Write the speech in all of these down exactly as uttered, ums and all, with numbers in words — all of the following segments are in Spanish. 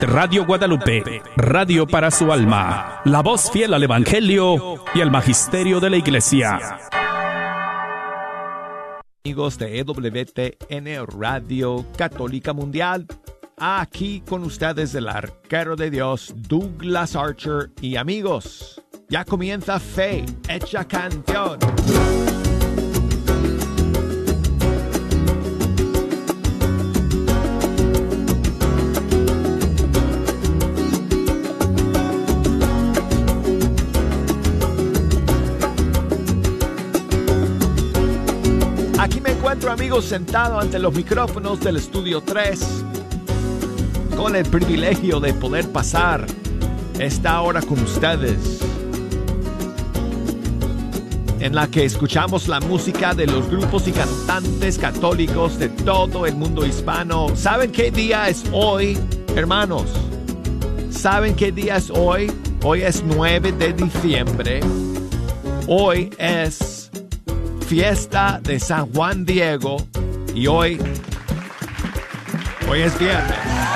Radio Guadalupe, radio para su alma, la voz fiel al Evangelio y al Magisterio de la Iglesia. Amigos de E W T N Radio Católica Mundial, aquí con ustedes el arquero de Dios, Douglas Archer, y amigos, ya comienza Fe Hecha Canción. Aquí me encuentro, amigos, sentado ante los micrófonos del Estudio tres, con el privilegio de poder pasar esta hora con ustedes, en la que escuchamos la música de los grupos y cantantes católicos de todo el mundo hispano. ¿Saben qué día es hoy, hermanos? ¿Saben qué día es hoy? Hoy es nueve de diciembre. Hoy es fiesta de San Juan Diego y hoy, hoy es viernes.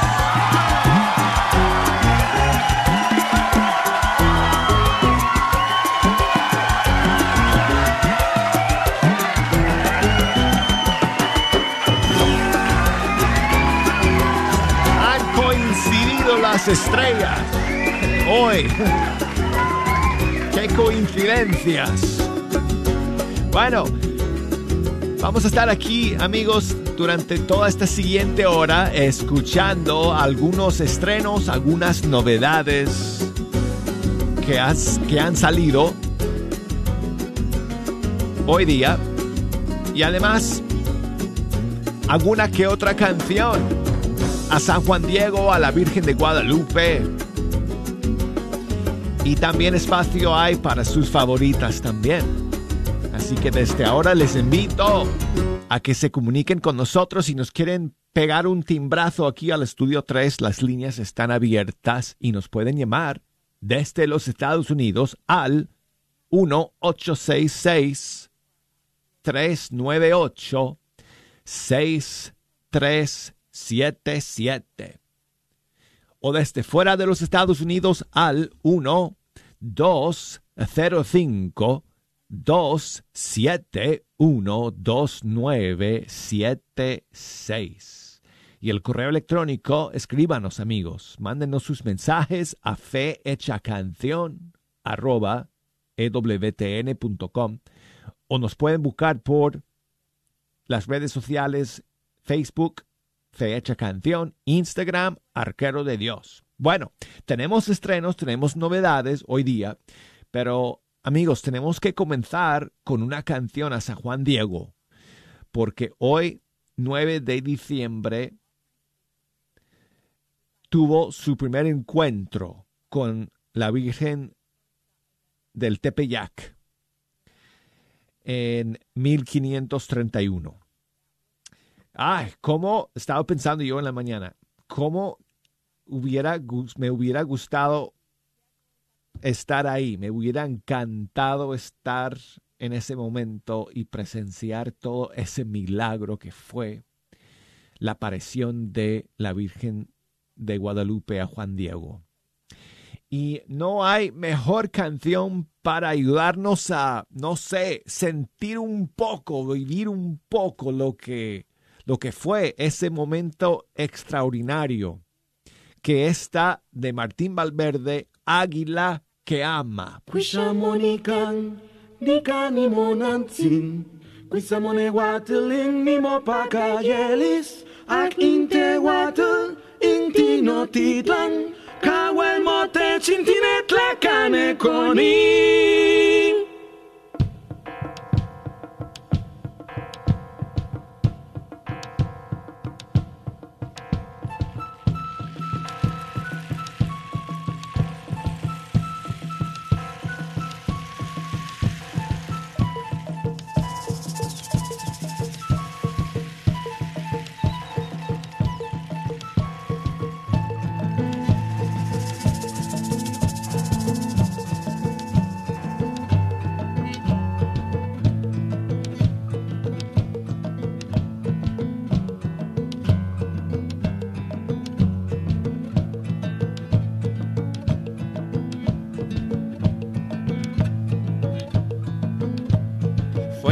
Han coincidido las estrellas hoy. ¡Qué coincidencias! Bueno, vamos a estar aquí, amigos, durante toda esta siguiente hora, escuchando algunos estrenos, algunas novedades que, has, que han salido hoy día, y además alguna que otra canción a San Juan Diego, a la Virgen de Guadalupe, y también espacio hay para sus favoritas también. Así que desde ahora les invito a que se comuniquen con nosotros. Si nos quieren pegar un timbrazo aquí al Estudio tres, las líneas están abiertas y nos pueden llamar desde los Estados Unidos al uno ocho seis seis, tres nueve ocho, seis tres siete siete. O desde fuera de los Estados Unidos al uno dos cero cinco, dos siete uno, dos nueve siete seis. Y el correo electrónico, escríbanos, amigos. Mándenos sus mensajes a fehechacanción arroba ewtn punto com, o nos pueden buscar por las redes sociales: Facebook, Fe Hecha Canción; Instagram, Arquero de Dios. Bueno, tenemos estrenos, tenemos novedades hoy día, pero amigos, tenemos que comenzar con una canción a San Juan Diego, porque hoy, nueve de diciembre, tuvo su primer encuentro con la Virgen del Tepeyac en mil quinientos treinta y uno. Ay, cómo estaba pensando yo en la mañana, cómo hubiera, me hubiera gustado estar ahí. Me hubiera encantado estar en ese momento y presenciar todo ese milagro que fue la aparición de la Virgen de Guadalupe a Juan Diego. Y no hay mejor canción para ayudarnos a, no sé, sentir un poco, vivir un poco lo que, lo que fue ese momento extraordinario, que esta de Martín Valverde, Águila que ama. Quisha monikan, dikani monantin, quisa mone wateling ni mo pakayelis, ak inte watel, inti no titlan, kawel mote chintinet la kane konin.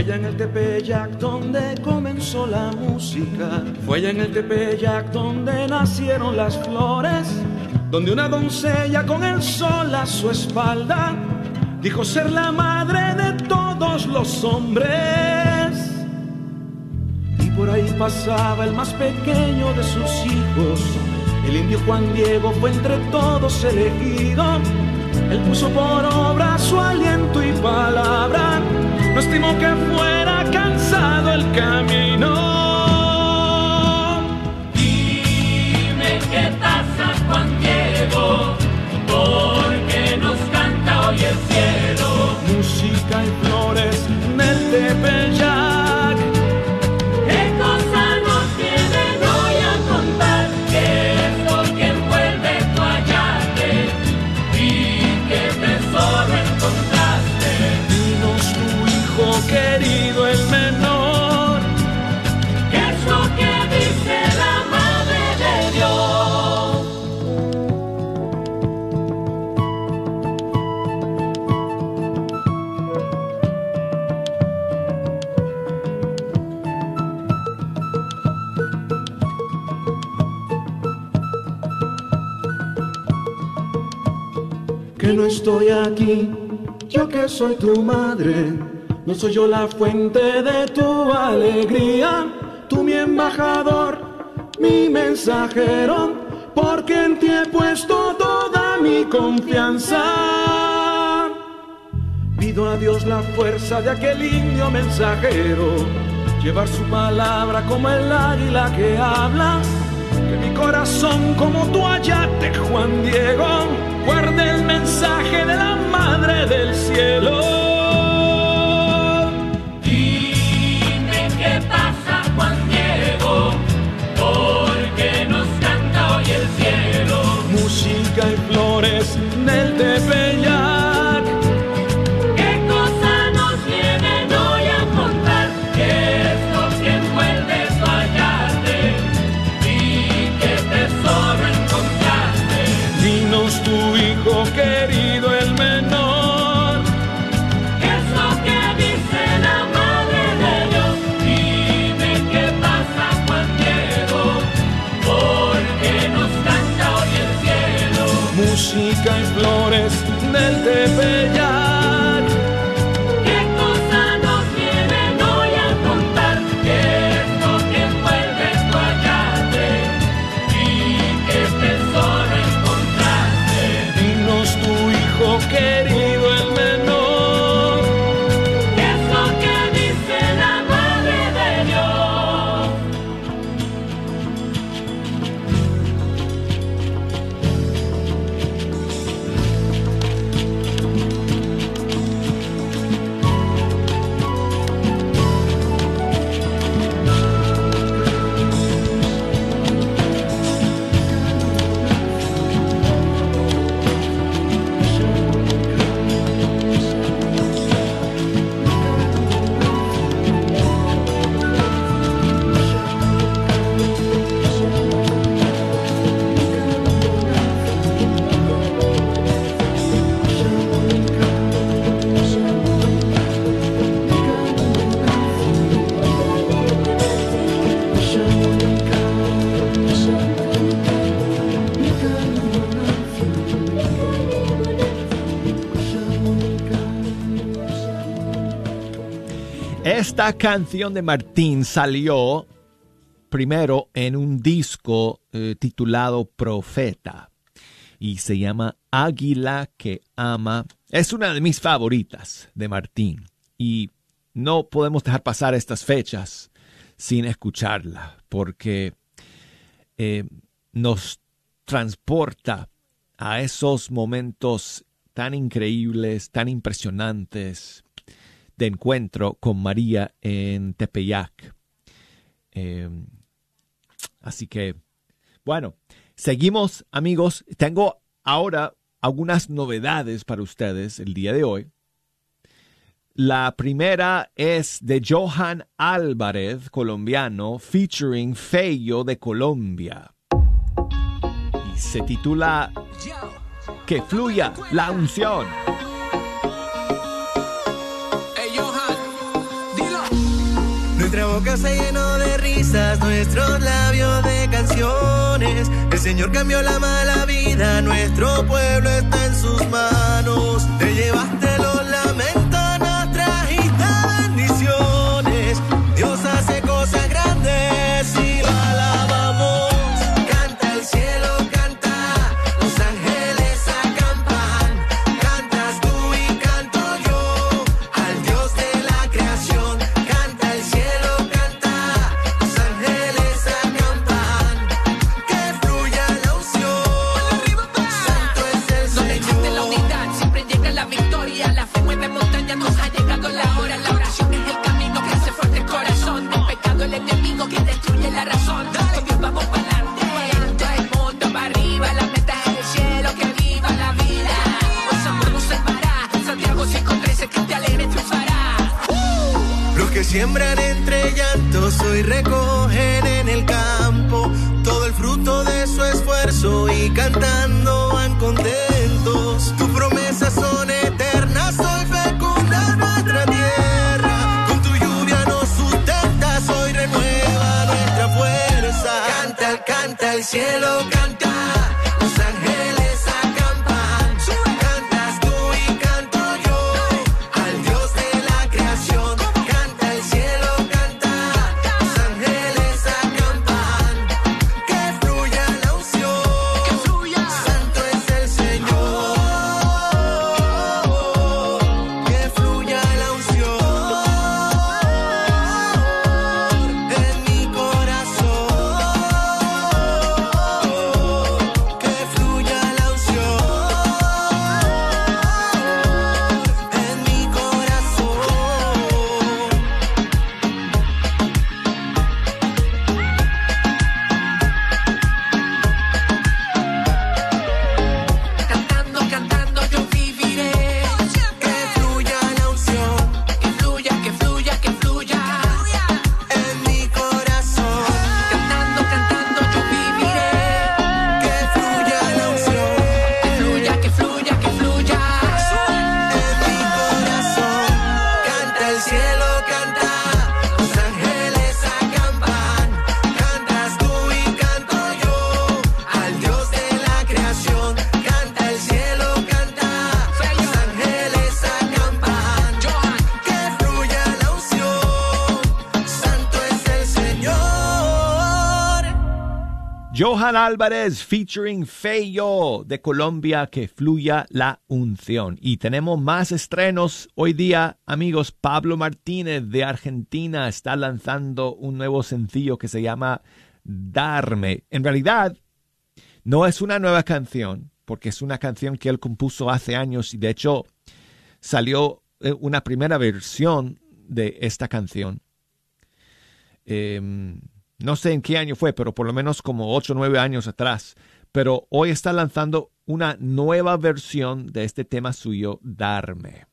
Fue allá en el Tepeyac donde comenzó la música. Fue allá en el Tepeyac donde nacieron las flores, donde una doncella con el sol a su espalda dijo ser la madre de todos los hombres. Y por ahí pasaba el más pequeño de sus hijos, el indio Juan Diego fue entre todos elegido. Él puso por obra su aliento y palabra, no estimó que fuera cansado el camino. Dime qué pasa, Juan Diego, porque nos canta hoy el cielo. Música y flores en el Tepeyac. ¿Qué cosa nos vienen hoy a contar? ¿Qué es lo que envuelve tu hallazgo? ¿Y qué tesoro encontraste? Dinos tu hijo querido, el menor. ¿Qué es lo que dice la Madre de Dios? Que no estoy aquí, yo que soy tu madre, no soy yo la fuente de tu alegría, tú mi embajador, mi mensajero, porque en ti he puesto toda mi confianza. Pido a Dios la fuerza de aquel indio mensajero, llevar su palabra como el águila que habla, que mi corazón como tu ayate, Juan Diego, guarde el mensaje de la Madre del Cielo. Dime qué pasa, Juan Diego, porque nos canta hoy el cielo. Música y flores en el Tepeyac. ¿Qué cosa nos vienen hoy a contar? ¿Qué es lo que envuelve tu hallazgo? ¿Y qué tesoro encontraste? Dinos tu hijo querido, el menor. ¿Qué es lo que dice la Madre de Dios? Dime qué pasa, Juan Diego, porque nos canta hoy el cielo. Música y flores del Tepeyac. ¿Qué cosa nos vienen hoy a contar? ¿Qué es lo que envuelve tu hallazgo? ¿Y qué tesoro encontraste? Dinos tu hijo querido, el menor. ¿Qué es lo que dice la Madre de Dios? Esta canción de Martín salió primero en un disco eh, titulado Profeta y se llama Águila que ama. Es una de mis favoritas de Martín y no podemos dejar pasar estas fechas sin escucharla porque eh, nos transporta a esos momentos tan increíbles, tan impresionantes de encuentro con María en Tepeyac. Eh, así que, bueno, seguimos, amigos. Tengo ahora algunas novedades para ustedes el día de hoy. La primera es de Johan Álvarez, colombiano, featuring Feyo de Colombia. Y se titula Que fluya la unción. Hey, Johan, dilo. Nuestra boca se llenó de risas, nuestros labios de canciones. El Señor cambió la mala vida, nuestro pueblo está en sus manos. Te llevaste los lamentos, nos trajiste bendiciones. Dios hace cosas grandes y lo alabamos. Canta el cielo, canta, los ángeles acampan. Cantas tú y canto yo, al Dios de la creación. Canta el cielo, canta, los ángeles acampan. Que fluya la unción, santo es el Señor. No dejaste la unidad, siempre llega la victoria. La fe mueve montañas, nos ha llegado la hora. La oración es el camino que hace fuerte el corazón. El pecado, el enemigo que destruye la razón. Con Dios vamos para adelante, todo el mundo va arriba. La meta es el cielo, que viva la vida. Pues amor nos salvará. Santiago cinco trece, que te alegre triunfará. Los que siembran entre llantos hoy recogen en el campo todo el fruto de su esfuerzo y cantando van contentos. Tus promesas son eternas, hoy fecunda nuestra tierra. Con tu lluvia nos sustentas, hoy renueva nuestra fuerza. Canta, canta el cielo, canta, los ángeles acampan. Cantas tú y canto yo, al Dios de la creación. Canta el cielo, canta, los ángeles acampan. Que fluya la unción, santo es el Señor. Que fluya la unción en mi corazón. Que fluya la unción en mi corazón. Cantando, cantando yo viviré. Que fluya la unción Que fluya, que fluya, que fluya. en mi corazón. Cantando, cantando yo viviré. Que fluya la unción Que fluya, que fluya, que fluya. en mi corazón. Canta el cielo, canta, los ángeles acampan. Cantas tú y canto yo, al Dios de la creación. Canta el cielo, canta, los ángeles acampan. Que fluya la unción, santo es el Señor. Johan Álvarez featuring Feyo de Colombia, que fluya la unción. Y tenemos más estrenos hoy día, amigos. Pablo Martínez de Argentina está lanzando un nuevo sencillo que se llama Darme. En realidad, no es una nueva canción, porque es una canción que él compuso hace años y de hecho salió eh, una primera versión de esta canción. Eh, no sé en qué año fue, pero por lo menos como ocho o nueve años atrás. Pero hoy está lanzando una nueva versión de este tema suyo, Darme.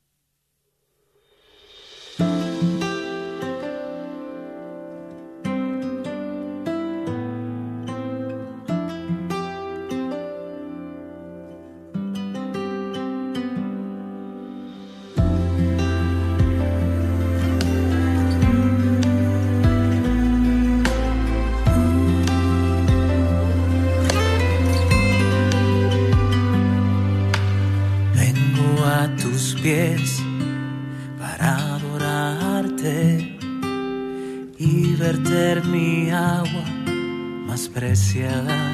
Vengo a tus pies para adorarte y verter mi agua más preciada,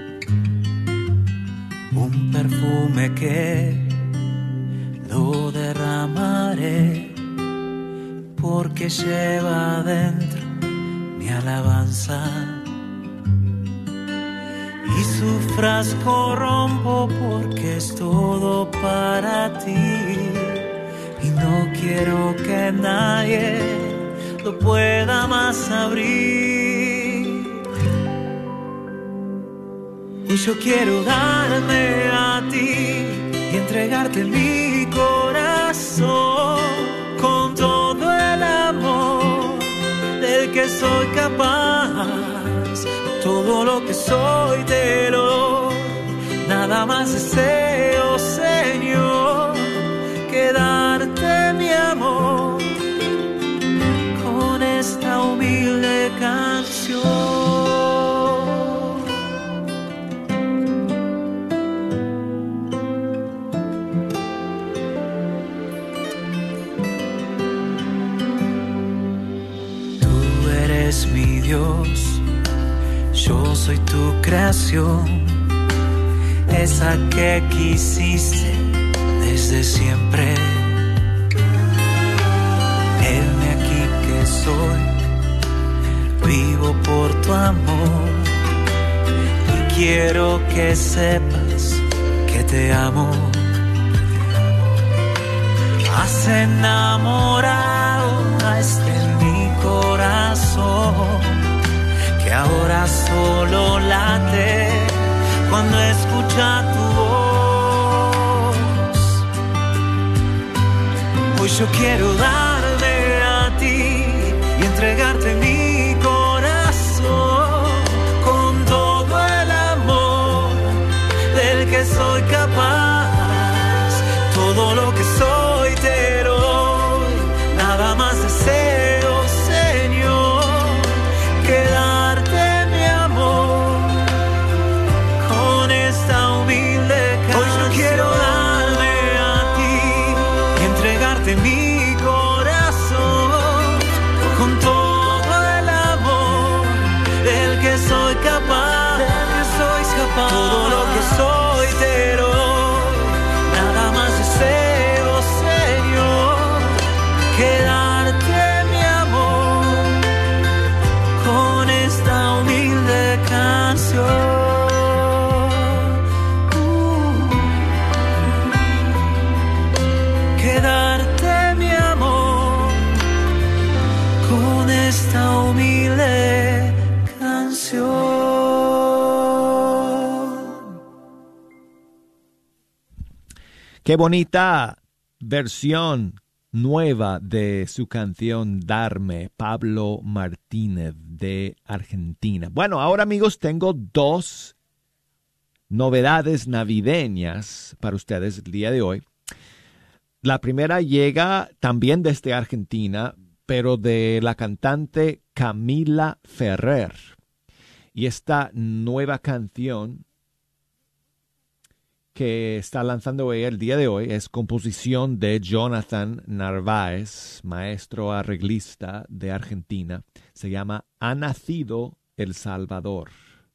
un perfume que lo derramaré porque lleva adentro mi alabanza. Y su frasco rompo porque es todo para ti y no quiero que nadie lo pueda más abrir. Y yo quiero darme a ti y entregarte mi corazón con todo el amor del que soy capaz. Todo lo que soy te lo doy, nada más deseo, Señor, que darte mi amor. Con esta humildad creación, esa que quisiste desde siempre. Heme aquí que soy, vivo por tu amor y quiero que sepas que te amo. Has enamorado a este mi corazón, que ahora solo late cuando escucha tu voz. Hoy yo quiero darme a ti y entregarte mi corazón con todo el amor del que soy capaz. Todo lo que soy te doy, nada más deseo, Señor, que darte mi amor con esta humilde canción. Hoy yo quiero darme a ti y entregarte mi corazón con todo el amor del que soy capaz, del que soy capaz. Todo lo que soy te doy, nada más deseo, Señor, que darte mi amor con esta humilde canción. Uh, que darte mi amor con esta humilde canción. Qué bonita versión nueva de su canción Darme, Pablo Martínez de Argentina. Bueno, ahora amigos, tengo dos novedades navideñas para ustedes el día de hoy. La primera llega también desde Argentina, pero de la cantante Camila Ferrer. Y esta nueva canción que está lanzando ella el día de hoy es composición de Jonathan Narváez, maestro arreglista de Argentina. Se llama Ha nacido El Salvador.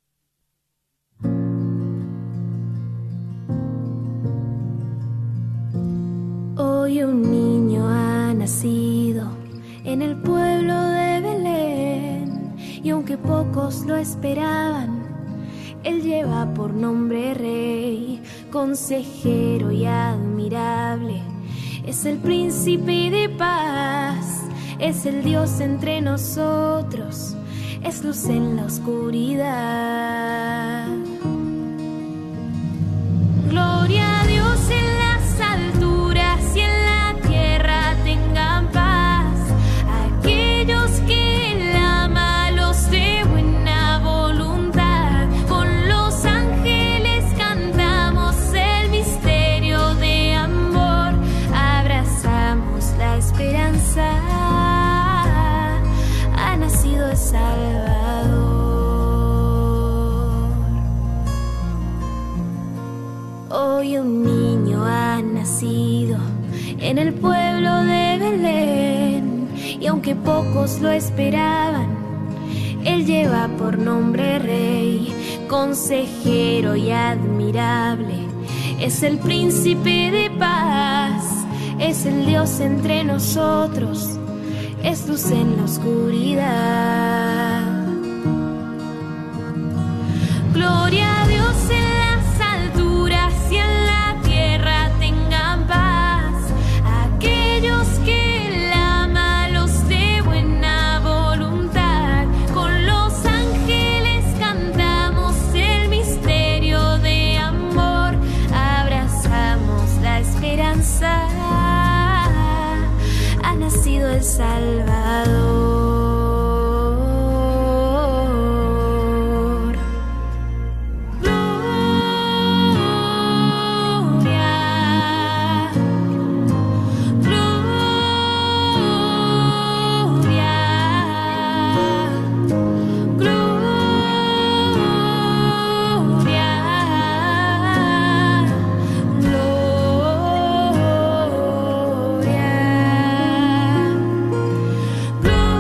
Hoy un niño ha nacido en el pueblo de Belén, y aunque pocos lo esperaban, él lleva por nombre Rey, consejero y admirable. Es el príncipe de paz, es el Dios entre nosotros, es luz en la oscuridad. Gloria a Dios en las alturas y en la tierra tengan paz aquellos que él ama, los de buena voluntad. Con los ángeles cantamos el misterio de amor, abrazamos la esperanza, ha nacido el Salvador. Hoy un niño ha nacido en el pueblo de Belén, y aunque pocos lo esperaban, él lleva por nombre Rey, consejero y admirable. Es el príncipe de paz, es el Dios entre nosotros, es luz en la oscuridad. Gloria a Dios en las alturas y en la tierra tengan paz aquellos que él ama, los de buena voluntad. Con los ángeles cantamos el misterio de amor, abrazamos la esperanza, ha nacido el Salvador. Gloria.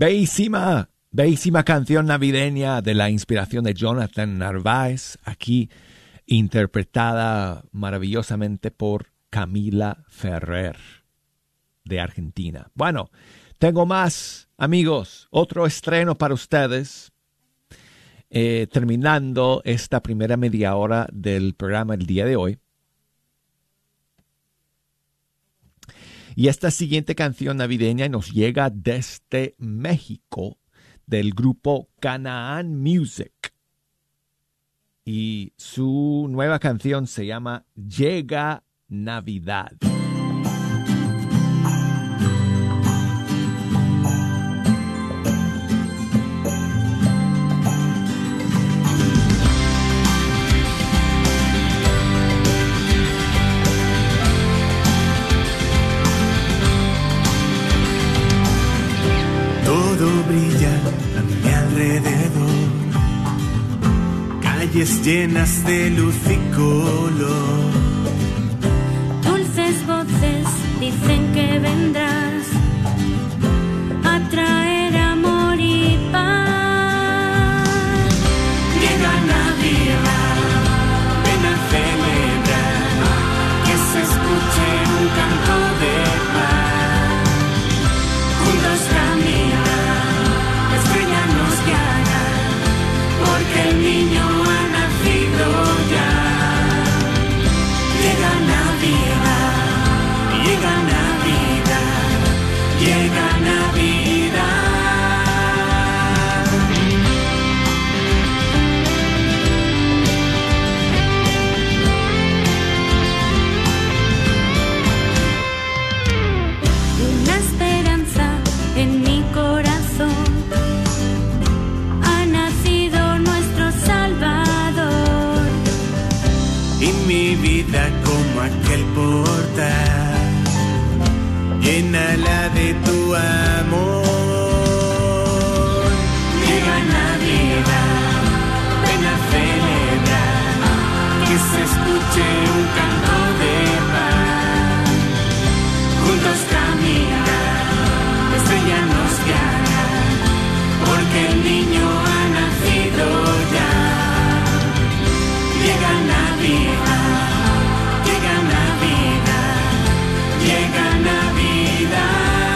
Bellísima, bellísima canción navideña de la inspiración de Jonathan Narváez, aquí interpretada maravillosamente por Camila Ferrer, de Argentina. Bueno, tengo más, amigos, otro estreno para ustedes, eh, terminando esta primera media hora del programa el día de hoy. Y esta siguiente canción navideña nos llega desde México, del grupo Canaan Music. Y su nueva canción se llama Llega Navidad. Todo brilla a mi alrededor, calles llenas de luz y color. Dulces voces dicen que vendrás a traer amor y paz. Llega Navidad, ven a celebrar, que se escuche un canto de paz. Juntos caminar, la estrella nos guiará, porque el niño ha nacido ya. Llega Navidad, llega Navidad, llega Navidad. Una esperanza en mi corazón, ha nacido nuestro Salvador. Y mi vida como aquel portal, llénala de tu amor. Llega Navidad, ven a celebrar, que se escuche un canto de paz. Juntos caminar, la estrella nos guiará, porque el niño ha nacido ya. Llega Navidad, llega Navidad, llega Navidad.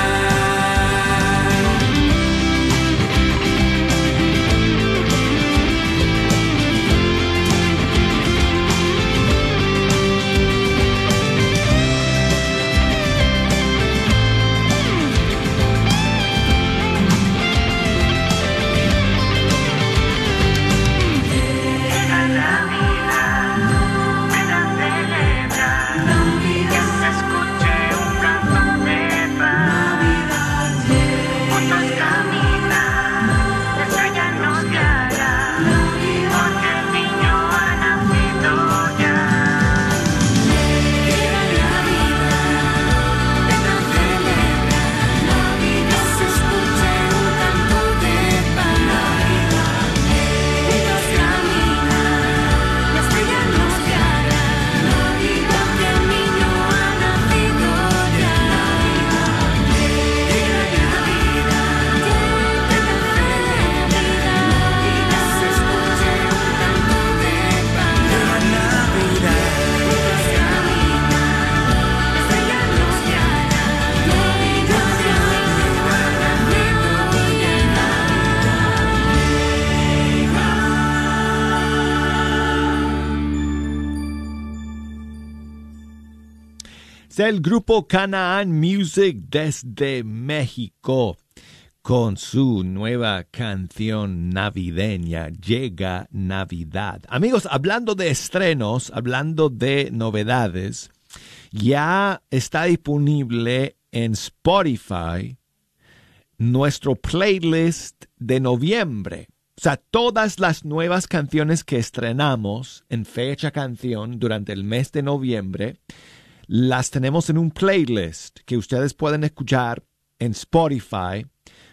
El grupo Canaan Music desde México con su nueva canción navideña, Llega Navidad. Amigos, hablando de estrenos, hablando de novedades, ya está disponible en Spotify nuestro playlist de noviembre. O sea, todas las nuevas canciones que estrenamos en Fecha Canción durante el mes de noviembre las tenemos en un playlist que ustedes pueden escuchar en Spotify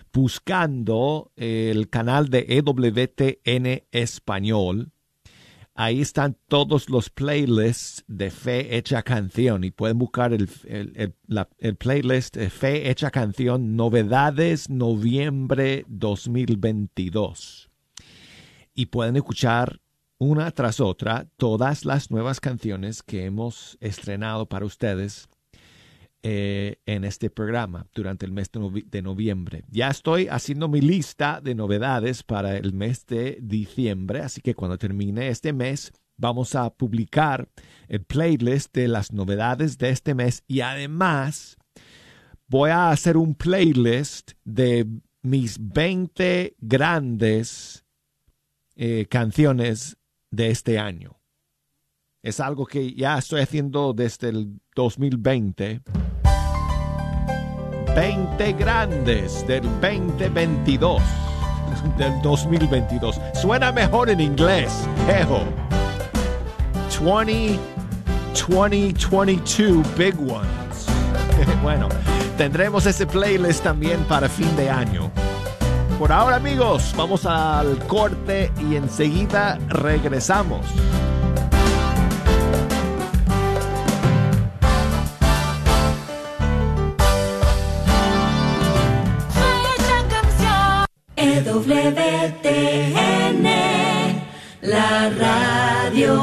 buscando el canal de E W T N Español. ahí están todos los playlists de Fe Hecha Canción y pueden buscar el, el, el, la, el playlist de Fe Hecha Canción Novedades Noviembre dos mil veintidós. Y pueden escuchar una tras otra todas las nuevas canciones que hemos estrenado para ustedes eh, en este programa durante el mes de, novi- de noviembre. Ya estoy haciendo mi lista de novedades para el mes de diciembre, así que cuando termine este mes vamos a publicar el playlist de las novedades de este mes y además voy a hacer un playlist de mis veinte grandes eh, canciones de este año. Es algo que ya estoy haciendo desde el dos mil veinte. veinte grandes del veinte veintidós. Del dos mil veintidós. Suena mejor en inglés. Ejo. veinte, veinte, veintidós big ones. Bueno, tendremos ese playlist también para fin de año. Por ahora, amigos, vamos al corte y enseguida regresamos. E W T N, la radio.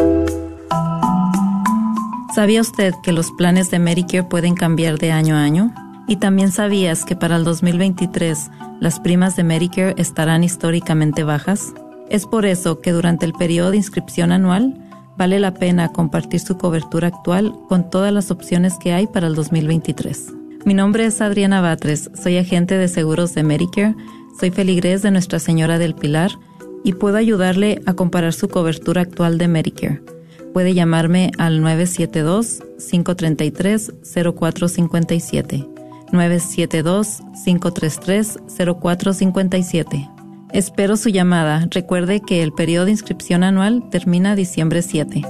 ¿Sabía usted que los planes de Medicare pueden cambiar de año a año? ¿Y también sabías que para el dos mil veintitrés las primas de Medicare estarán históricamente bajas? Es por eso que durante el periodo de inscripción anual vale la pena compartir su cobertura actual con todas las opciones que hay para el dos mil veintitrés. Mi nombre es Adriana Batres, soy agente de seguros de Medicare, soy feligrés de Nuestra Señora del Pilar y puedo ayudarle a comparar su cobertura actual de Medicare. Puede llamarme al nueve siete dos, cinco tres tres, cero cuatro cinco siete. nueve siete dos, cinco tres tres, cero cuatro cinco siete. Espero su llamada. Recuerde que el periodo de inscripción anual termina diciembre siete.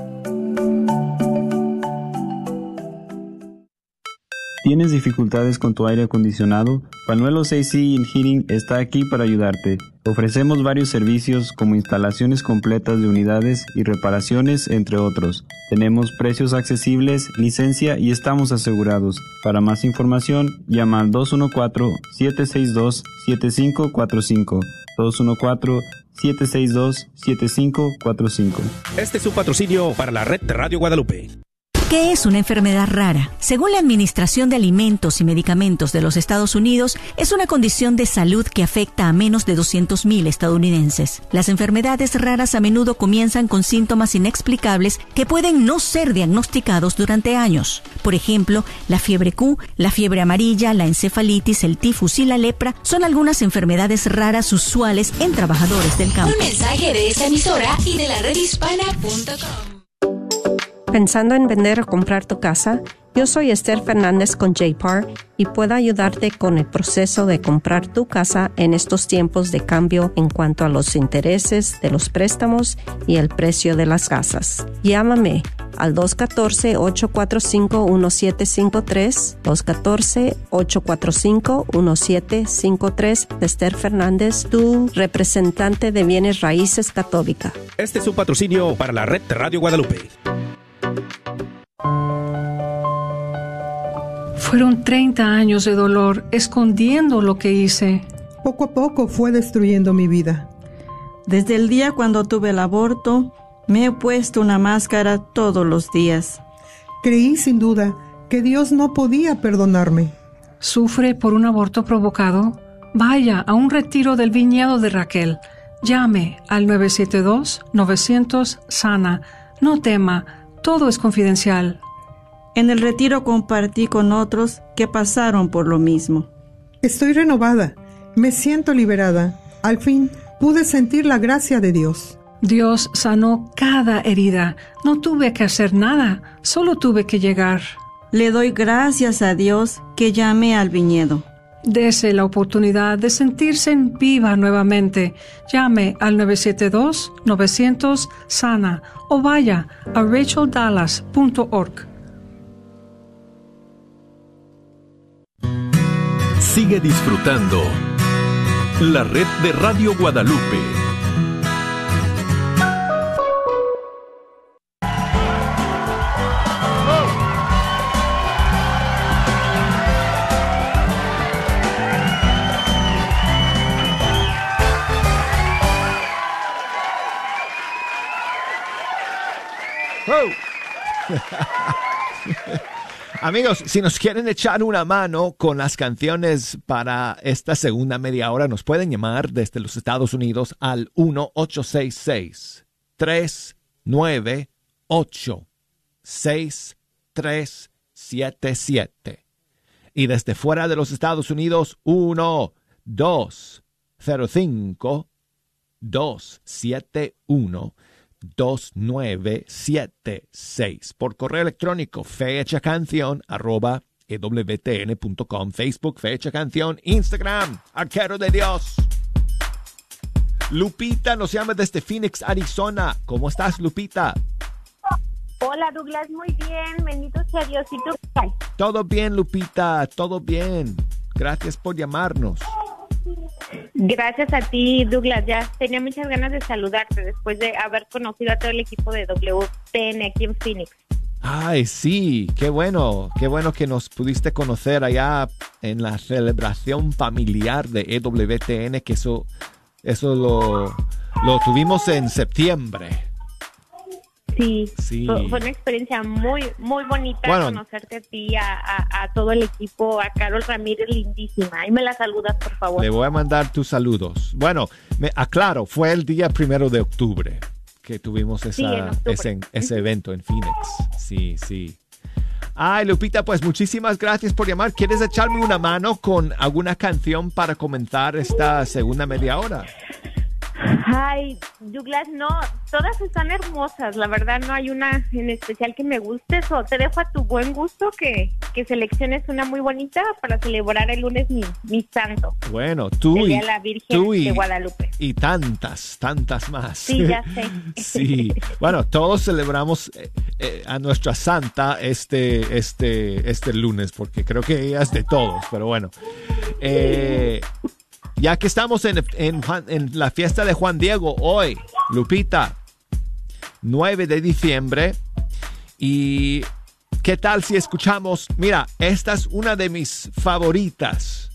¿Tienes dificultades con tu aire acondicionado? Panuelos A C and Heating está aquí para ayudarte. Ofrecemos varios servicios como instalaciones completas de unidades y reparaciones, entre otros. Tenemos precios accesibles, licencia y estamos asegurados. Para más información, llama al dos uno cuatro, siete seis dos, siete cinco cuatro cinco. dos uno cuatro, siete seis dos, siete cinco cuatro cinco. Este es un patrocinio para la red de Radio Guadalupe. ¿Qué es una enfermedad rara? Según la Administración de Alimentos y Medicamentos de los Estados Unidos, es una condición de salud que afecta a menos de doscientos mil estadounidenses. Las enfermedades raras a menudo comienzan con síntomas inexplicables que pueden no ser diagnosticados durante años. Por ejemplo, la fiebre Q, la fiebre amarilla, la encefalitis, el tifus y la lepra son algunas enfermedades raras usuales en trabajadores del campo. Un mensaje de esta emisora y de la red hispana punto com. ¿Pensando en vender o comprar tu casa? Yo soy Esther Fernández con J P A R y puedo ayudarte con el proceso de comprar tu casa en estos tiempos de cambio en cuanto a los intereses de los préstamos y el precio de las casas. Llámame al dos uno cuatro, ocho cuatro cinco, uno siete cinco tres, dos uno cuatro, ocho cuatro cinco, uno siete cinco tres. Esther Fernández, tu representante de bienes raíces católica. Este es un patrocinio para la red de Radio Guadalupe. Fueron treinta años de dolor escondiendo lo que hice. Poco a poco fue destruyendo mi vida. Desde el día cuando tuve el aborto, me he puesto una máscara todos los días. Creí sin duda que Dios no podía perdonarme. ¿Sufre por un aborto provocado? Vaya a un retiro del viñedo de Raquel. Llame al nueve siete dos, novecientos, SANA. No tema, todo es confidencial. En el retiro compartí con otros que pasaron por lo mismo. Estoy renovada, me siento liberada. Al fin pude sentir la gracia de Dios. Dios sanó cada herida. No tuve que hacer nada, solo tuve que llegar. Le doy gracias a Dios que llamé al viñedo. Dese la oportunidad de sentirse en viva nuevamente. Llame al nueve siete dos, novecientos, SANA o vaya a rachel dallas punto org. Sigue disfrutando la red de Radio Guadalupe. Oh. Amigos, si nos quieren echar una mano con las canciones para esta segunda media hora, nos pueden llamar desde los Estados Unidos al uno ocho seis seis, tres nueve ocho, seis tres siete siete. Y desde fuera de los Estados Unidos, uno dos cero cinco, dos siete uno, dos nueve siete seis. Por correo electrónico, fecha canción arroba e w t n punto com, Facebook, Fecha Canción, Instagram, Arquero de Dios. Lupita nos llama desde Phoenix, Arizona. ¿Cómo estás, Lupita? Hola, Douglas, muy bien, bendito sea Dios. ¿Y tú qué tal? Todo bien, Lupita, todo bien. Gracias por llamarnos. Gracias a ti, Douglas. Ya tenía muchas ganas de saludarte después de haber conocido a todo el equipo de W T N aquí en Phoenix. Ay, sí, qué bueno, qué bueno que nos pudiste conocer allá en la celebración familiar de E W T N, que eso, eso lo, lo tuvimos en septiembre. Sí, sí. Fue, fue una experiencia muy, muy bonita bueno, conocerte a ti, a, a, a todo el equipo, a Carol Ramírez, lindísima. Ahí me la saludas, por favor. Le voy a mandar tus saludos. Bueno, me aclaro, fue el día primero de octubre que tuvimos esa, sí, ese, ese evento en Phoenix. Sí, sí. Ay, Lupita, pues muchísimas gracias por llamar. ¿Quieres echarme una mano con alguna canción para comenzar esta segunda media hora? Ay, Douglas, no, todas están hermosas, la verdad no hay una en especial que me guste, so, te dejo a tu buen gusto que, que selecciones una muy bonita para celebrar el lunes mi, mi santo. Bueno, tú y, la Virgen tú y, de Guadalupe. Y tantas, tantas más. Sí, ya sé. Sí, bueno, todos celebramos eh, eh, a nuestra santa este, este, este lunes, porque creo que ella es de todos, pero bueno. Eh... Ya que estamos en, en, en la fiesta de Juan Diego hoy, Lupita, nueve de diciembre, y ¿qué tal si escuchamos? Mira, esta es una de mis favoritas,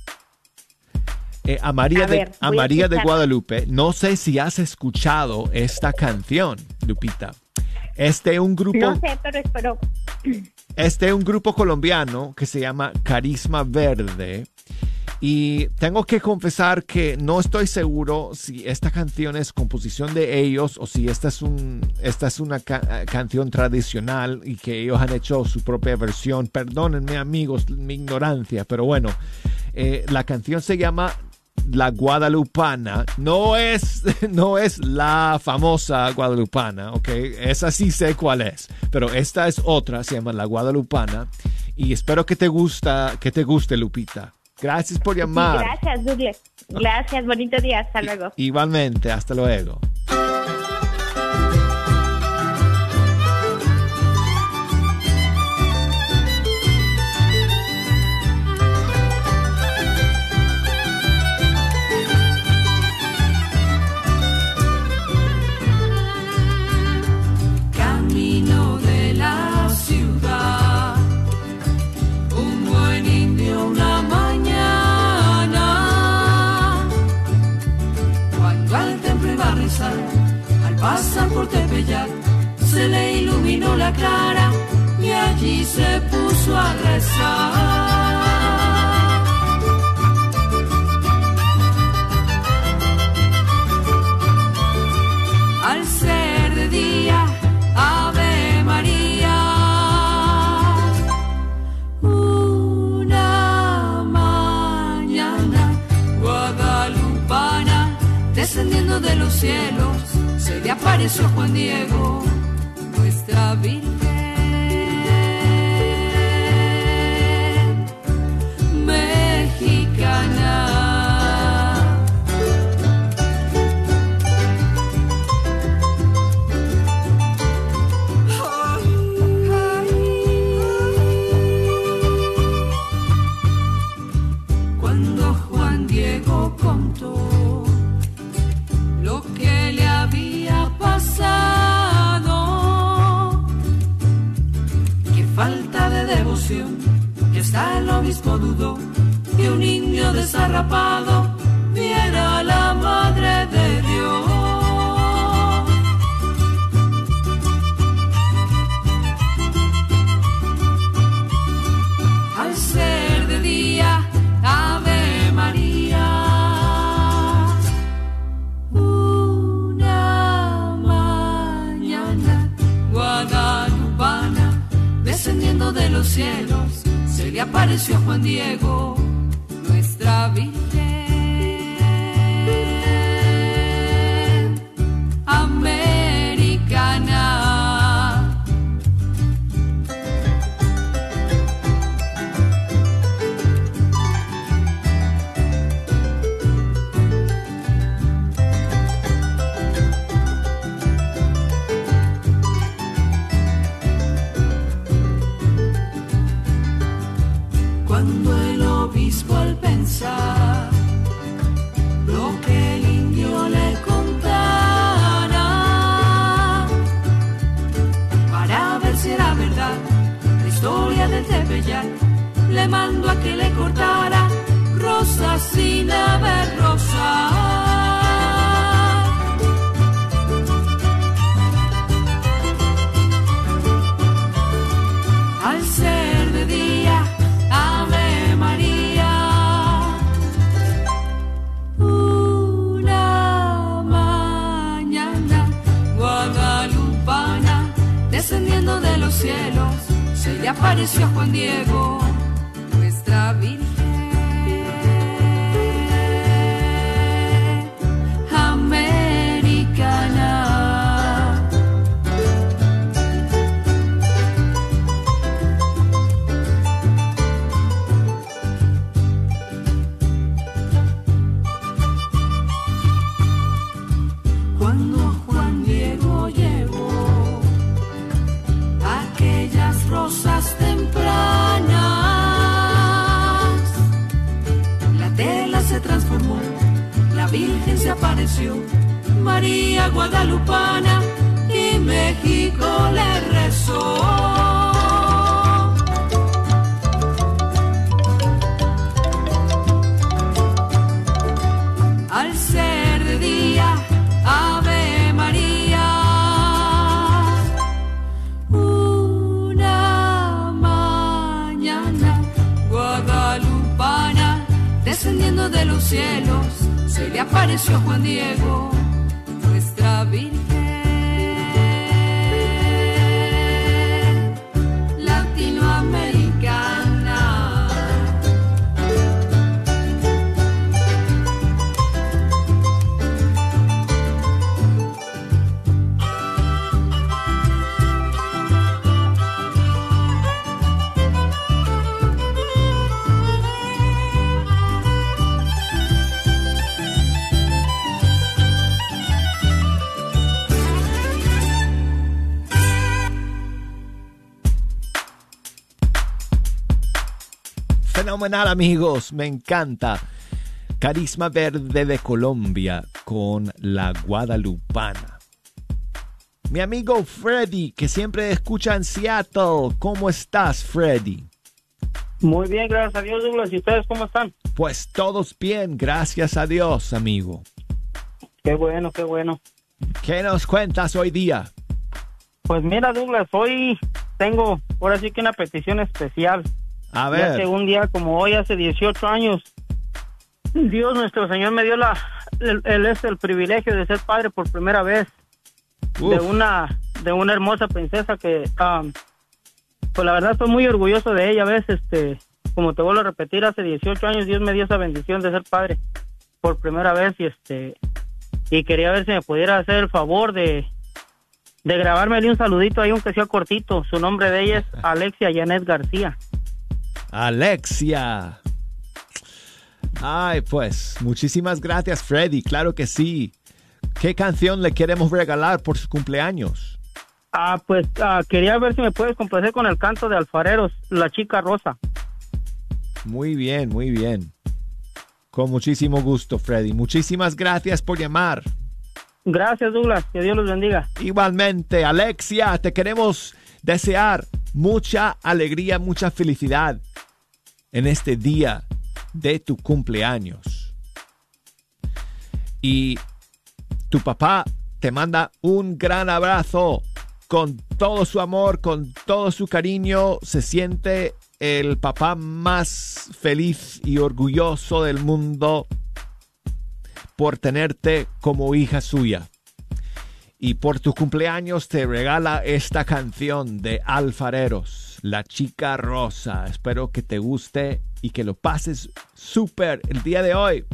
eh, a María, a ver, de, a María de Guadalupe. No sé si has escuchado esta canción, Lupita. Este es un grupo... No sé, pero espero... Este es un grupo colombiano que se llama Carisma Verde. Y tengo que confesar que no estoy seguro si esta canción es composición de ellos o si esta es, un, esta es una ca- canción tradicional y que ellos han hecho su propia versión. Perdónenme, amigos, mi ignorancia, pero bueno, eh, la canción se llama La Guadalupana. No es, no es la famosa Guadalupana, ¿ok? Esa sí sé cuál es, pero esta es otra, se llama La Guadalupana. Y espero que te gusta, que te guste, Lupita. Gracias por llamar. Sí, gracias, Douglas. Gracias, bonito día. Hasta luego. Igualmente, hasta luego. Camino de la ciudad, un buen indio, una mañana, cuando al templo iba a rezar, al pasar por Tepeyac, se le iluminó la cara y allí se puso a rezar. Al ser de día, Ave María, una mañana guadalupana, descendiendo de los cielos, se le apareció Juan Diego, nuestra Virgen mexicana. Cuando Juan Diego contó lo que le había pasado, qué falta de devoción, que hasta el obispo dudó que un indio desarrapado viera a la Madre de Dios. apareció Juan Diego, nuestra Virgen americana. Cuando el obispo al pensar lo que el indio le contara, para ver si era verdad la historia del Tepeyac, le mandó a que le cortara rosas sin haber rosas. Al ser de día, Ave María, una mañana guadalupana, descendiendo de los cielos, se le apareció a Juan Diego, nuestra Virgen americana. Cuando Juan Diego llevó aquellas rosas tempranas, la tela se transformó, la Virgen se apareció, María Guadalupana, y México le rezó. Al ser de día, Ave María, una mañana guadalupana, descendiendo de los cielos, se le apareció Juan Diego, nuestra Virgen latinoamericana. Fenomenal, amigos, me encanta. Carisma Verde de Colombia con la Guadalupana. Mi amigo Freddy, que siempre escucha en Seattle. ¿Cómo estás, Freddy? Muy bien, gracias a Dios, Douglas. ¿Y ustedes cómo están? Pues todos bien, gracias a Dios, amigo. Qué bueno, qué bueno. ¿Qué nos cuentas hoy día? Pues mira, Douglas, hoy tengo, ahora sí que una petición especial. A ver. Ya que un día como hoy, hace dieciocho años, Dios nuestro Señor me dio la, el, el, el, el privilegio de ser padre por primera vez. Uf. de una de una hermosa princesa que, um, pues la verdad estoy muy orgulloso de ella. ¿Ves? Este, como te vuelvo a repetir, hace dieciocho años Dios me dio esa bendición de ser padre por primera vez y este y quería ver si me pudiera hacer el favor de de grabármele un saludito ahí, aunque sea cortito. Su nombre de ella es Alexia Janet García. Alexia. Ay, pues, muchísimas gracias, Freddy. Claro que sí. ¿Qué canción le queremos regalar por su cumpleaños? Ah, pues uh, quería ver si me puedes complacer con el canto de Alfareros, La Chica Rosa. Muy bien, muy bien. Con muchísimo gusto, Freddy. Muchísimas gracias por llamar. Gracias, Douglas. Que Dios los bendiga. Igualmente, Alexia, te queremos desear mucha alegría, mucha felicidad en este día de tu cumpleaños. Y tu papá te manda un gran abrazo con todo su amor, con todo su cariño. Se siente el papá más feliz y orgulloso del mundo por tenerte como hija suya. Y por tu cumpleaños te regala esta canción de Alfareros, La Chica Rosa. Espero que te guste y que lo pases súper el día de hoy.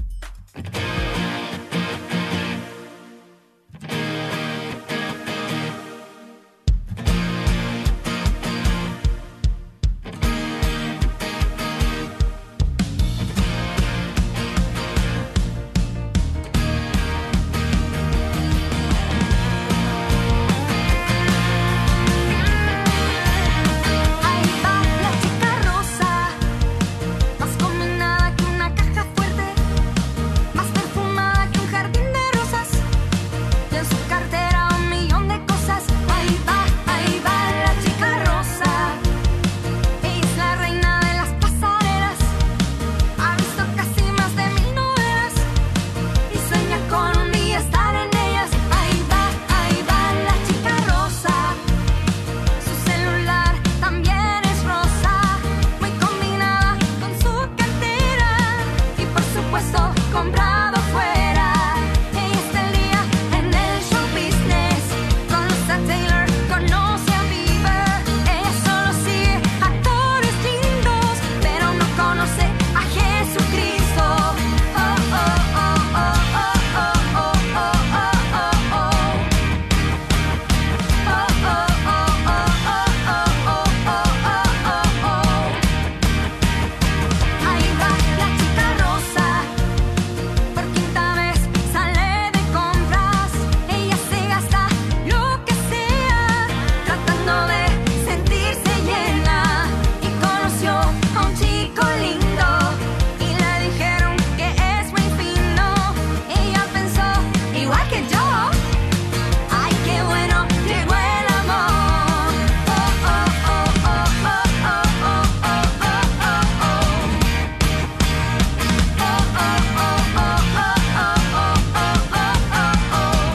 Más combinada que una caja fuerte, más perfumada que un jardín de rosas, y en su cartera un millón de cosas. Ahí va, ahí va la chica rosa. Ella es la reina de las pasarelas, ha visto casi más de mil novelas y sueña con un día estar en ellas. Ahí va, ahí va la chica rosa. Su celular también es rosa, muy combinada con su cartera y por supuesto comprado fuera. Ella está el día en el show business, conoce a Taylor, conoce a Bieber. Ella solo sigue actores lindos, pero no conoce a Jesucristo. Oh, oh, oh, oh, oh, oh, oh, oh, oh, oh, oh. Oh, oh, oh, oh, oh, oh, oh, oh, oh. Ahí va la chica rosa, por quinta vez sale de compras. Ella se gasta lo que sea, tratando de sentirse llena. Y conoció a un chico lindo y le dijeron que es muy fino. Ella pensó igual que yo. Ay, qué bueno, llegó el amor. Oh, oh, oh, oh, oh, oh, oh, oh, oh, oh, oh. Oh, oh, oh, oh, oh, oh, oh, oh, oh.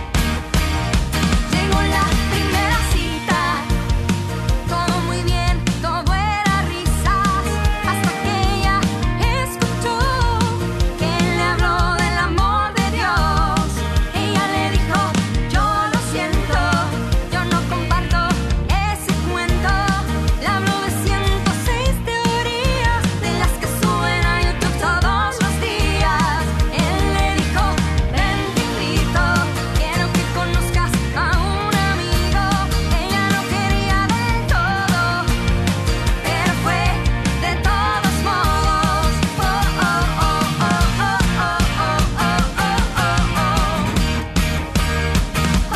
Llegó la primera cita, todo muy bien, todo era risas, hasta que ella escuchó que él le habló del amor de Dios. Ella le dijo: yo lo siento, yo no comparto ese cuento. Le habló de ciento seis teorías, de las que suben a YouTube todos los días. Él le dijo: ven, te invito, quiero que conozcas a un amigo. Ella no quería del todo, pero fue de todos modos. Oh, oh, oh, oh, oh, oh, oh, oh, oh, oh, oh. Oh, oh, oh, oh, oh,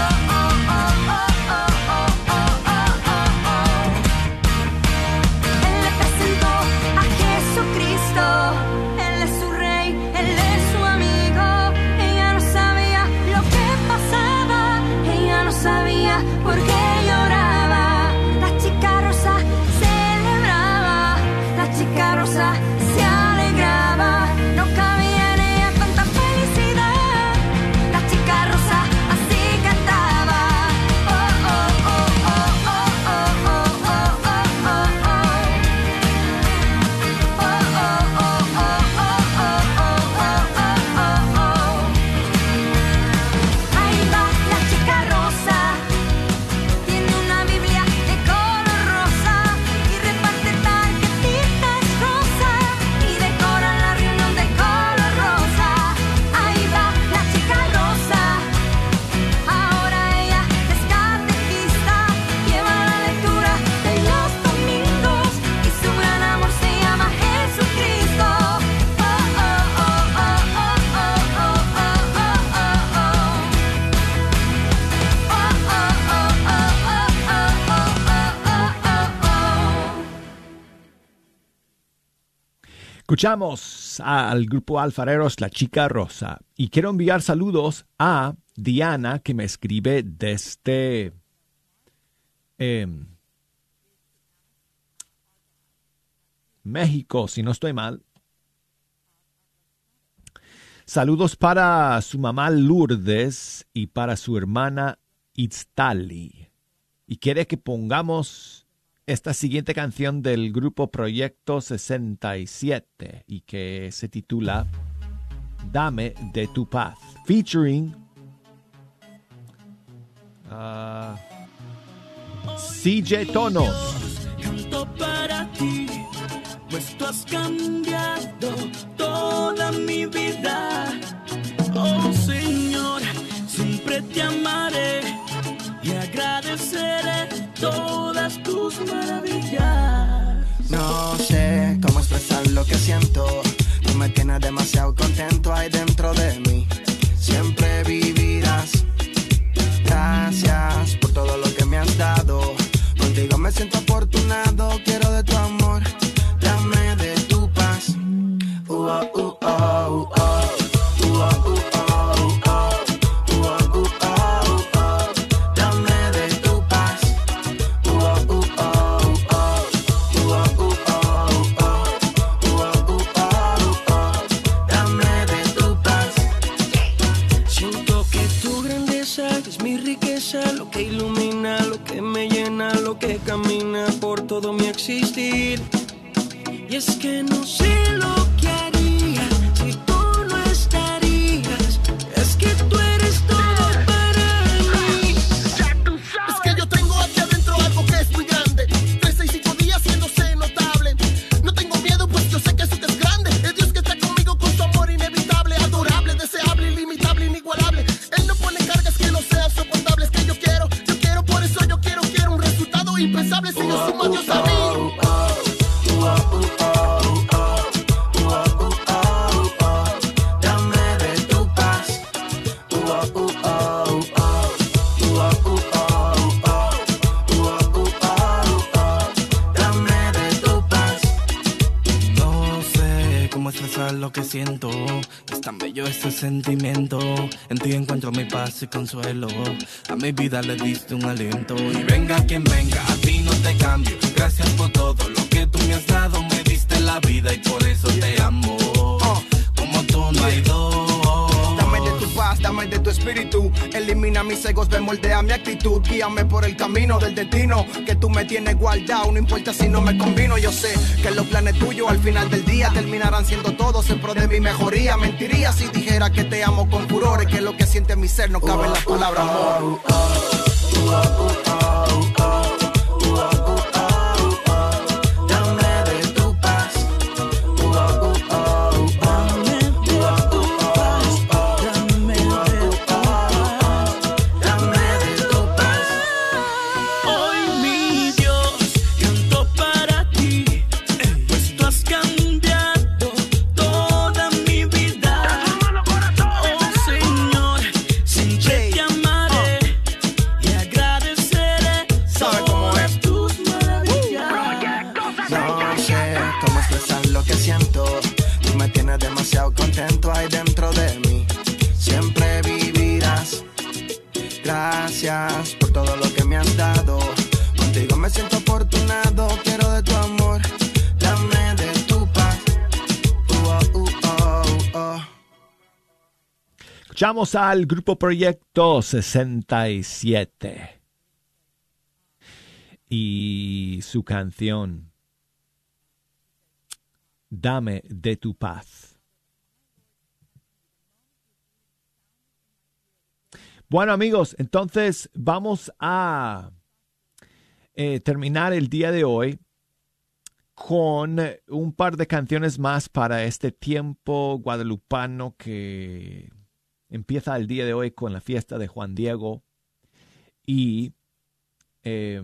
oh, oh, oh, oh. Él le presentó a Jesucristo, Él es su rey, Él es su amigo. Ella no sabía lo que pasaba, ella no sabía por qué lloraba. La chica rosa celebraba, la chica rosa se alegraba. No cabía en ella tanta felicidad. La chica rosa así cantaba. Oh, oh, oh, oh, oh, oh, oh, oh, oh, oh, oh. Oh, oh, oh, oh, oh, oh, oh, oh, oh. Ahí va la chica rosa, tiene una Biblia de color rosa y reparte tarjetitas rosa y decora la reunión de color rosa. Ahí va la chica rosa, ahora ella es catequista, lleva la lectura de los domingos y su gran amor se llama Jesucristo. Oh, oh, oh, oh, oh, oh, oh, oh, oh, oh, oh. Oh, oh, oh, oh, oh, oh, oh, oh, oh. Escuchamos al grupo Alfareros, La Chica Rosa. Y quiero enviar saludos a Diana, que me escribe desde eh, México, si no estoy mal. Saludos para su mamá Lourdes y para su hermana Itztali. Y quiere que pongamos esta siguiente canción del grupo Proyecto sesenta y siete y que se titula Dame de tu paz, featuring Uh, C J Tonos. Canto para ti, pues tú has cambiado toda mi vida. Oh Señor, siempre te amaré y agradeceré todas tus maravillas. No sé cómo expresar lo que siento. Tú me tienes demasiado contento ahí dentro de mí. Siempre vivirás. Gracias por todo lo que me has dado. Contigo me siento afortunado. Quiero de tu amor, dame de tu paz. Uh, oh, uh, oh, uh, oh. Lo que ilumina, lo que me llena, lo que camina por todo mi existir. Y es que no sé lo que haría si tú no estarías. Es que tú eres todo para mí. Es que yo tengo aquí adentro algo que es muy grande. Tres, seis, cinco días haciéndose notable. No tengo miedo, pues yo sé que eso que es grande. Es Dios que está conmigo con su amor inevitable, adorable, deseable, ilimitable, inigualable. Él no pone cargas que no sean soportables. Que yo quiero, yo quiero, por eso yo quiero, quiero un resultado impensable. Si yo sumo a Dios a mí. Lo que siento, es tan bello este sentimiento. En ti encuentro mi paz y consuelo. A mi vida le diste un aliento. Y venga quien venga, a ti no te cambio. Gracias por todo lo que tú me has dado. Me diste la vida y por eso te amo. Como tú no hay dos. Dame de tu paz, dame de tu espíritu. Elimina mis egos, me moldea mi actitud. Guíame por el camino del destino que tú me tienes guardado. No importa si no me combino. Yo sé que los planes tuyos al final del día terminarán siendo todos en pro de mi mejoría. Mentiría si dijera que te amo con furores. Que lo que siente mi ser no cabe en las palabras amor. Contento ahí dentro de mí, siempre vivirás. Gracias por todo lo que me has dado. Contigo me siento afortunado. Quiero de tu amor, dame de tu paz. Uh, uh, oh, uh, oh. Escuchamos al Grupo Proyecto sesenta y siete y su canción Dame de tu paz. Bueno, amigos, entonces vamos a eh, terminar el día de hoy con un par de canciones más para este tiempo guadalupano que empieza el día de hoy con la fiesta de Juan Diego y eh,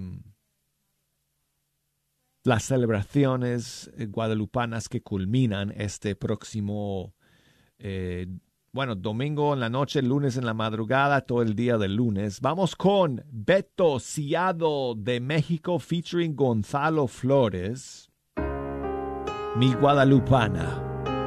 las celebraciones guadalupanas que culminan este próximo eh, Bueno, domingo en la noche, lunes en la madrugada, todo el día del lunes. Vamos con Beto Ciado de México featuring Gonzalo Flores. Mi Guadalupana.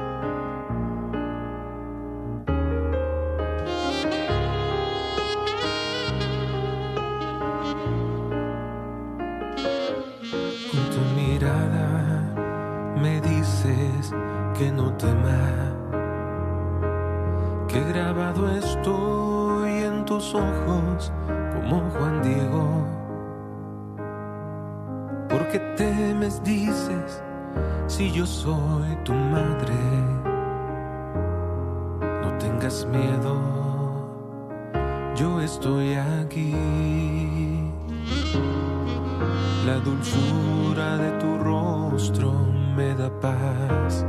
Con tu mirada me dices que no temas, que grabado estoy en tus ojos como Juan Diego. ¿Por qué temes, dices, si yo soy tu madre? No tengas miedo, yo estoy aquí. La dulzura de tu rostro me da paz,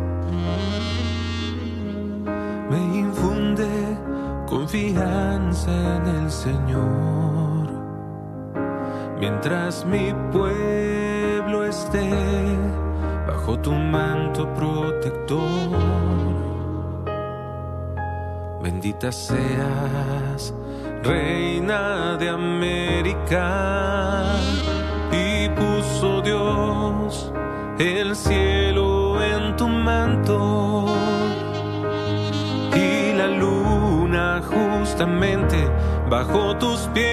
me infunde confianza en el Señor. Mientras mi pueblo esté bajo tu manto protector, bendita seas, Reina de América. Y puso Dios el cielo en tu manto y la luna justamente bajo tus pies,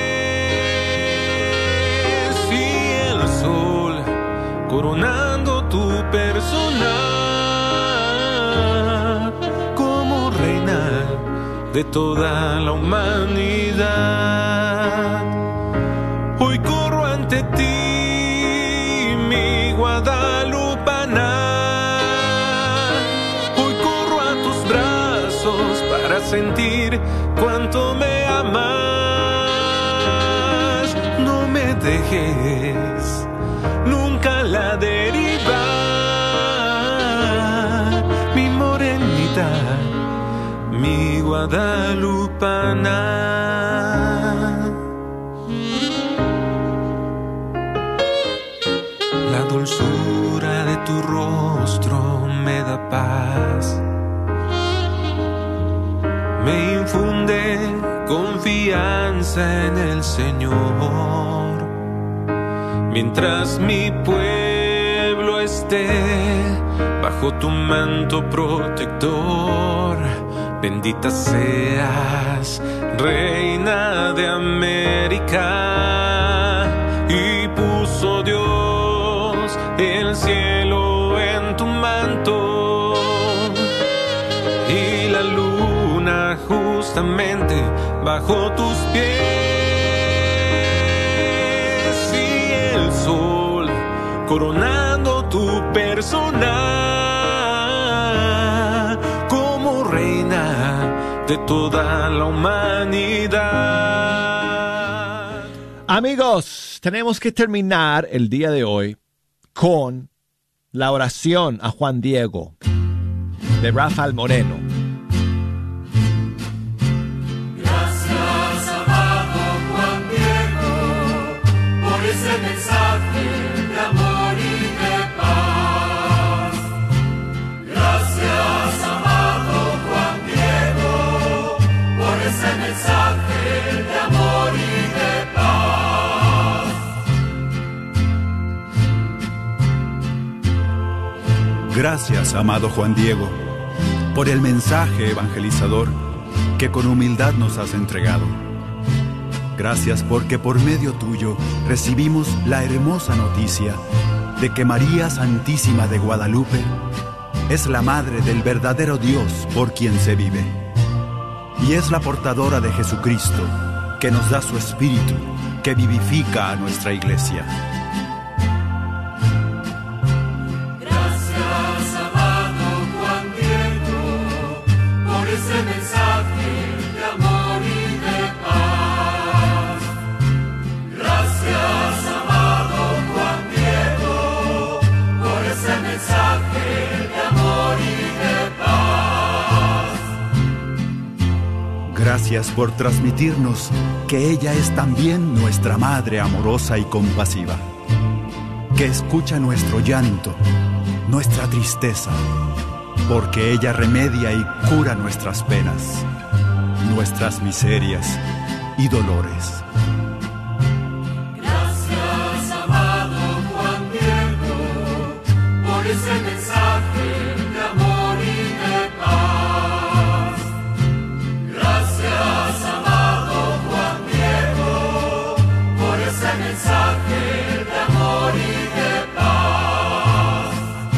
y el sol coronando tu persona como reina de toda la humanidad. Hoy corro ante ti, mi Guadalupana. Hoy corro a tus brazos para sentir cuánto me amas. No me dejes nunca a la deriva, mi morenita, mi Guadalupana. La dulzura de tu rostro me da paz, me infunde confianza en el Señor. Mientras mi pueblo esté bajo tu manto protector, bendita seas, Reina de América. Y puso Dios el cielo en tu manto y la luna justamente bajo tus pies, y el sol coronando tu persona como reina de toda la humanidad. Amigos, tenemos que terminar el día de hoy con la oración a Juan Diego de Rafael Moreno. Gracias, amado Juan Diego, por ese mensaje de amor y de paz. Gracias, amado Juan Diego, por ese mensaje de amor y de paz. Gracias, amado Juan Diego, por el mensaje evangelizador que con humildad nos has entregado. Gracias porque por medio tuyo recibimos la hermosa noticia de que María Santísima de Guadalupe es la Madre del verdadero Dios por quien se vive, y es la portadora de Jesucristo, que nos da su Espíritu, que vivifica a nuestra Iglesia. Gracias, amado Juan Diego, por ese mensaje de amor y de paz. Gracias, amado Juan Diego, por ese mensaje de amor y de paz. Gracias por transmitirnos que ella es también nuestra Madre amorosa y compasiva, que escucha nuestro llanto, nuestra tristeza, porque ella remedia y cura nuestras penas, nuestras miserias y dolores. Gracias, amado Juan Diego, por ese mensaje de amor y de paz. Gracias, amado Juan Diego, por ese mensaje de amor y de paz.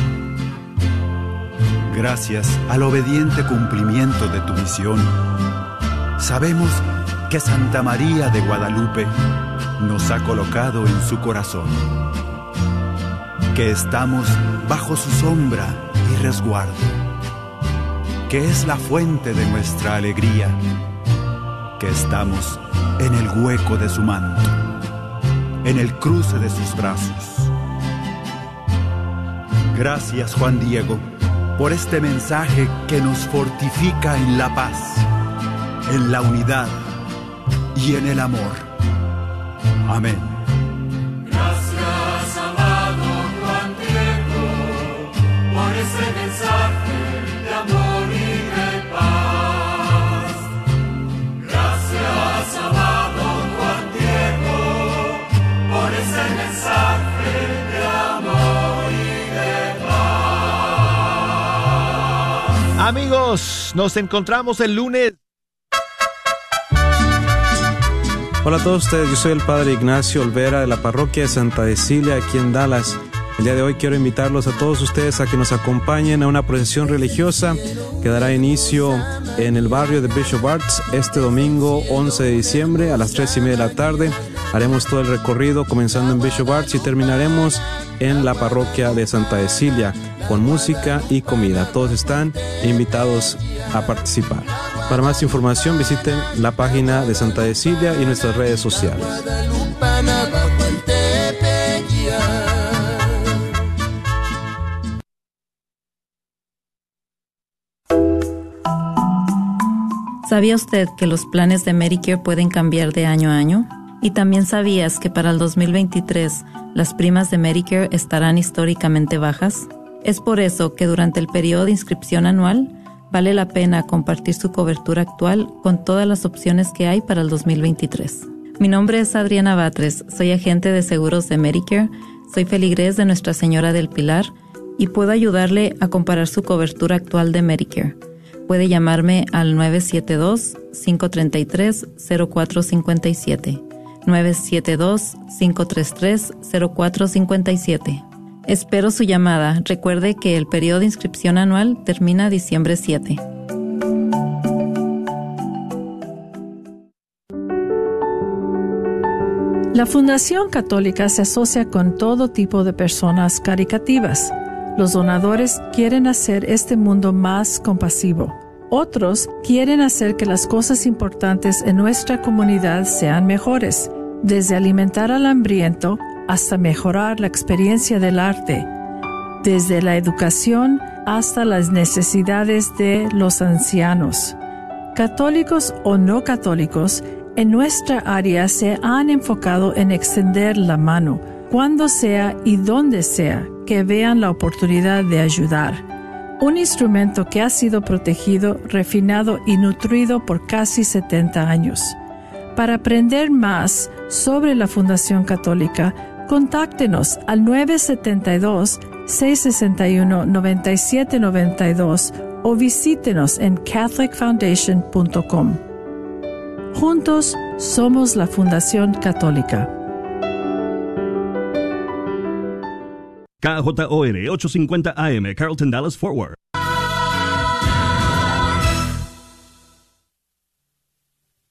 Gracias al obediente cumplimiento de tu misión, sabemos que Santa María de Guadalupe nos ha colocado en su corazón, que estamos bajo su sombra y resguardo, que es la fuente de nuestra alegría, que estamos en el hueco de su manto, en el cruce de sus brazos. Gracias, Juan Diego, por este mensaje que nos fortifica en la paz, en la unidad y en el amor. Amén. Gracias, amado Juan Diego, por ese mensaje de amor y de paz. Gracias, amado Juan Diego, por ese mensaje de amor y de paz. Amigos, nos encontramos el lunes. Hola a todos ustedes, yo soy el Padre Ignacio Olvera de la Parroquia de Santa Cecilia aquí en Dallas. El día de hoy quiero invitarlos a todos ustedes a que nos acompañen a una procesión religiosa que dará inicio en el barrio de Bishop Arts este domingo once de diciembre a las tres y media de la tarde. Haremos todo el recorrido comenzando en Bishop Arts y terminaremos en la parroquia de Santa Cecilia con música y comida. Todos están invitados a participar. Para más información visiten la página de Santa Cecilia y nuestras redes sociales. ¿Sabía usted que los planes de Medicare pueden cambiar de año a año? ¿Y también sabías que para el dos mil veintitrés las primas de Medicare estarán históricamente bajas? Es por eso que durante el periodo de inscripción anual vale la pena compartir su cobertura actual con todas las opciones que hay para el dos mil veintitrés. Mi nombre es Adriana Batres, soy agente de seguros de Medicare, soy feligrés de Nuestra Señora del Pilar y puedo ayudarle a comparar su cobertura actual de Medicare. Puede llamarme al nueve siete dos, cinco tres tres, cero cuatro cinco siete, nueve siete dos, cinco tres tres, cero cuatro cinco siete. Espero su llamada. Recuerde que el periodo de inscripción anual termina diciembre siete. La Fundación Católica se asocia con todo tipo de personas caricativas. Los donadores quieren hacer este mundo más compasivo. Otros quieren hacer que las cosas importantes en nuestra comunidad sean mejores, desde alimentar al hambriento hasta mejorar la experiencia del arte, desde la educación hasta las necesidades de los ancianos. Católicos o no católicos, en nuestra área se han enfocado en extender la mano, cuando sea y donde sea que vean la oportunidad de ayudar. Un instrumento que ha sido protegido, refinado y nutrido por casi setenta años. Para aprender más sobre la Fundación Católica, contáctenos al nueve siete dos, seis seis uno, nueve siete nueve dos o visítenos en catholic foundation punto com. Juntos somos la Fundación Católica. K J O R ochocientos cincuenta A M, Carlton, Dallas, Fort Worth.